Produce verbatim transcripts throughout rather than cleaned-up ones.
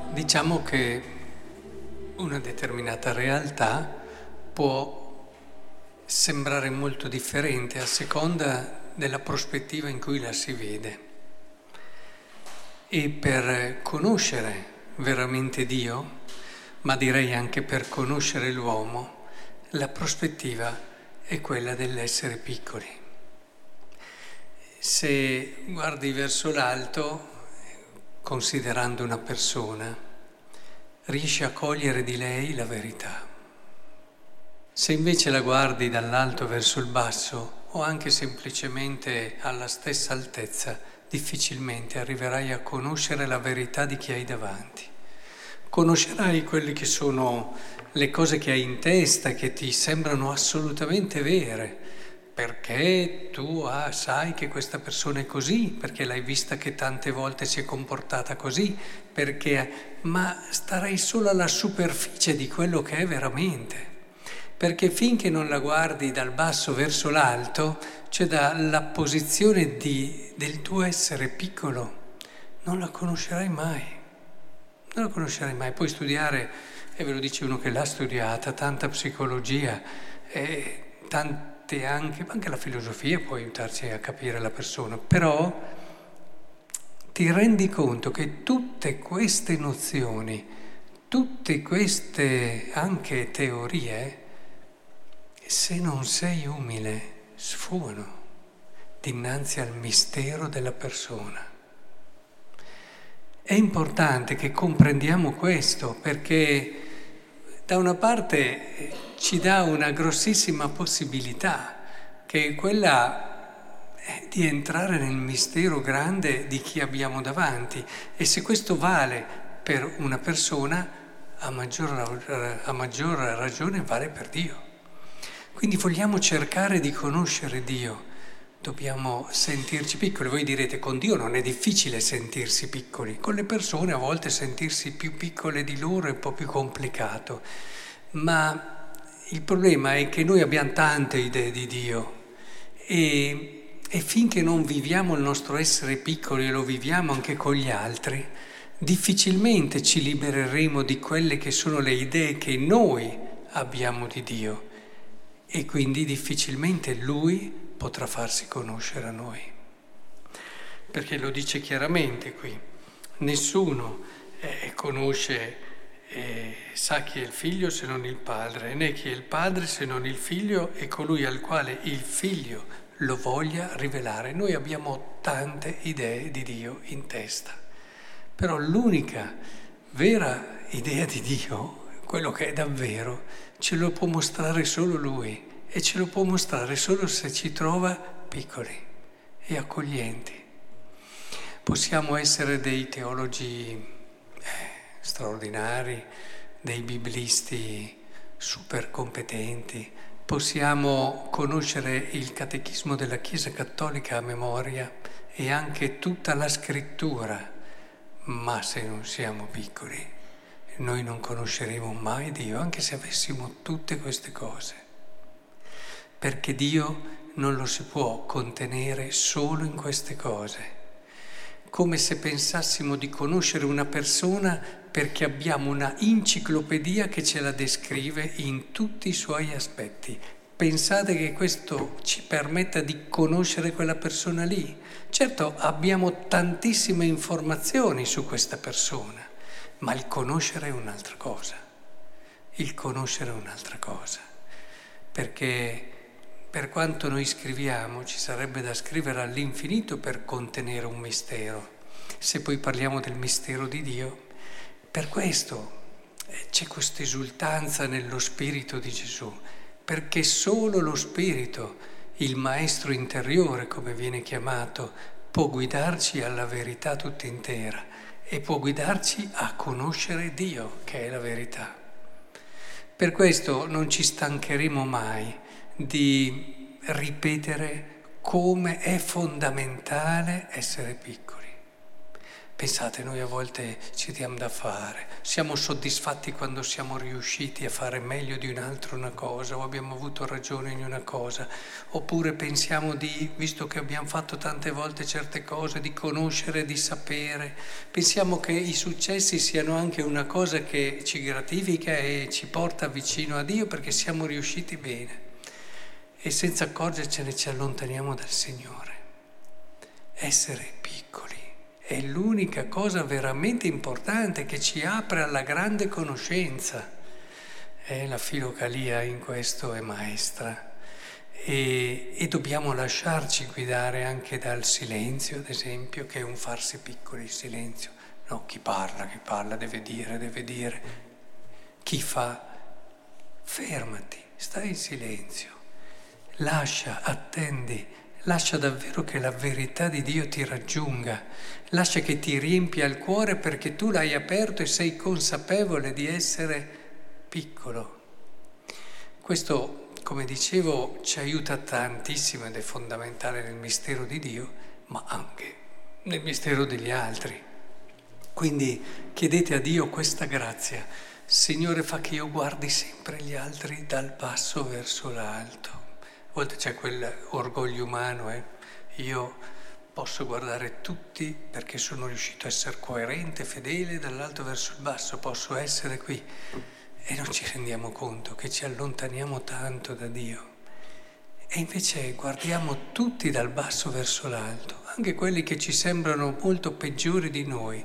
Diciamo che una determinata realtà può sembrare molto differente a seconda della prospettiva in cui la si vede. E per conoscere veramente Dio, ma direi anche per conoscere l'uomo, la prospettiva è quella dell'essere piccoli. Se guardi verso l'alto, considerando una persona, riesci a cogliere di lei la verità. Se invece la guardi dall'alto verso il basso o anche semplicemente alla stessa altezza, difficilmente arriverai a conoscere la verità di chi hai davanti. Conoscerai quelle che sono le cose che hai in testa, che ti sembrano assolutamente vere, perché tu ah, sai che questa persona è così, perché l'hai vista che tante volte si è comportata così, perché... ma starai solo alla superficie di quello che è veramente. Perché finché non la guardi dal basso verso l'alto, cioè dalla posizione di, del tuo essere piccolo, non la conoscerai mai. Non la conoscerai mai. Puoi studiare, e ve lo dice uno che l'ha studiata, tanta psicologia, e tante anche, anche la filosofia può aiutarci a capire la persona, però ti rendi conto che tutte queste nozioni, tutte queste anche teorie, se non sei umile, sfuggono dinanzi al mistero della persona. È importante che comprendiamo questo, perché da una parte ci dà una grossissima possibilità, che è quella di entrare nel mistero grande di chi abbiamo davanti. E se questo vale per una persona, a maggior, a maggior ragione vale per Dio. Quindi vogliamo cercare di conoscere Dio, dobbiamo sentirci piccoli. Voi direte, con Dio non è difficile sentirsi piccoli, con le persone a volte sentirsi più piccole di loro è un po' più complicato, ma il problema è che noi abbiamo tante idee di Dio e, e finché non viviamo il nostro essere piccoli e lo viviamo anche con gli altri, difficilmente ci libereremo di quelle che sono le idee che noi abbiamo di Dio. E quindi difficilmente Lui potrà farsi conoscere a noi. Perché lo dice chiaramente qui, nessuno eh, conosce, eh, sa chi è il figlio se non il padre, né chi è il padre se non il figlio e colui al quale il figlio lo voglia rivelare. Noi abbiamo tante idee di Dio in testa, però l'unica vera idea di Dio, quello che è davvero, ce lo può mostrare solo Lui e ce lo può mostrare solo se ci trova piccoli e accoglienti. Possiamo essere dei teologi eh, straordinari, dei biblisti super competenti, possiamo conoscere il catechismo della Chiesa Cattolica a memoria e anche tutta la scrittura, ma se non siamo piccoli noi non conosceremo mai Dio, anche se avessimo tutte queste cose, perché Dio non lo si può contenere solo in queste cose, come se pensassimo di conoscere una persona perché abbiamo una enciclopedia che ce la descrive in tutti i suoi aspetti. Pensate che questo ci permetta di conoscere quella persona lì? Certo, abbiamo tantissime informazioni su questa persona, ma il conoscere è un'altra cosa, il conoscere è un'altra cosa, perché per quanto noi scriviamo ci sarebbe da scrivere all'infinito per contenere un mistero. Se poi parliamo del mistero di Dio, per questo c'è questa esultanza nello Spirito di Gesù, perché solo lo Spirito, il Maestro interiore come viene chiamato, può guidarci alla verità tutta intera e può guidarci a conoscere Dio, che è la verità. Per questo non ci stancheremo mai di ripetere come è fondamentale essere piccoli, Pensate, noi a volte ci diamo da fare, siamo soddisfatti quando siamo riusciti a fare meglio di un altro una cosa o abbiamo avuto ragione in una cosa, oppure pensiamo di, visto che abbiamo fatto tante volte certe cose, di conoscere, di sapere, pensiamo che i successi siano anche una cosa che ci gratifica e ci porta vicino a Dio perché siamo riusciti bene e senza accorgercene ci allontaniamo dal Signore. Essere piccoli è l'unica cosa veramente importante che ci apre alla grande conoscenza. E la filocalia in questo è maestra. E, e dobbiamo lasciarci guidare anche dal silenzio, ad esempio, che è un farsi piccoli, il silenzio. No, chi parla, chi parla deve dire, deve dire. Chi fa, fermati, stai in silenzio. Lascia, attendi. Lascia davvero che la verità di Dio ti raggiunga, lascia che ti riempia il cuore perché tu l'hai aperto e sei consapevole di essere piccolo. Questo, come dicevo, ci aiuta tantissimo ed è fondamentale nel mistero di Dio, ma anche nel mistero degli altri. Quindi chiedete a Dio questa grazia. Signore, fa che io guardi sempre gli altri dal basso verso l'alto. A volte c'è quell'orgoglio umano, eh? Io posso guardare tutti perché sono riuscito a essere coerente, fedele, dall'alto verso il basso, posso essere qui. E non ci rendiamo conto che ci allontaniamo tanto da Dio. E invece guardiamo tutti dal basso verso l'alto, anche quelli che ci sembrano molto peggiori di noi.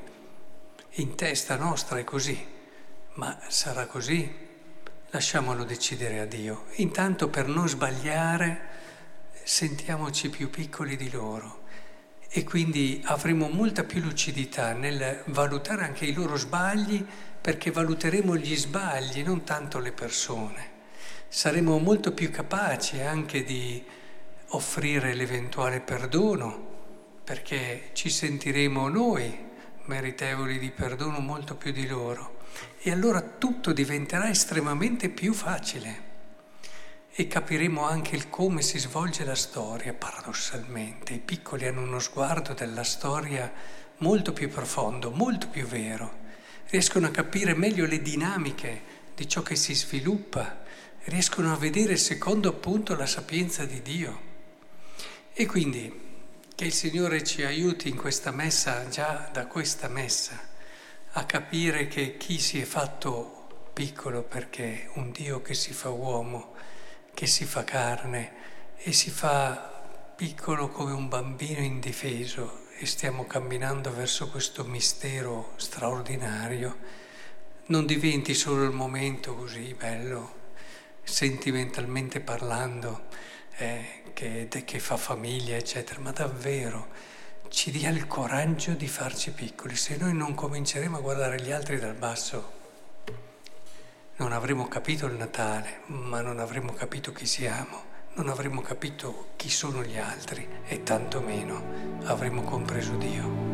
In testa nostra è così, ma sarà così? Lasciamolo decidere a Dio. Intanto per non sbagliare sentiamoci più piccoli di loro e quindi avremo molta più lucidità nel valutare anche i loro sbagli perché valuteremo gli sbagli, non tanto le persone. Saremo molto più capaci anche di offrire l'eventuale perdono perché ci sentiremo noi meritevoli di perdono molto più di loro. E allora tutto diventerà estremamente più facile e capiremo anche il come si svolge la storia, paradossalmente. I piccoli hanno uno sguardo della storia molto più profondo, molto più vero. Riescono a capire meglio le dinamiche di ciò che si sviluppa, riescono a vedere secondo appunto la sapienza di Dio. E quindi che il Signore ci aiuti in questa messa, già da questa messa, a capire che chi si è fatto piccolo perché un Dio che si fa uomo, che si fa carne e si fa piccolo come un bambino indifeso e stiamo camminando verso questo mistero straordinario, non diventi solo il momento così bello, sentimentalmente parlando, eh, che, che fa famiglia, eccetera, ma davvero ci dia il coraggio di farci piccoli. Se noi non cominceremo a guardare gli altri dal basso, non avremo capito il Natale, ma non avremo capito chi siamo, non avremo capito chi sono gli altri e tanto meno avremo compreso Dio.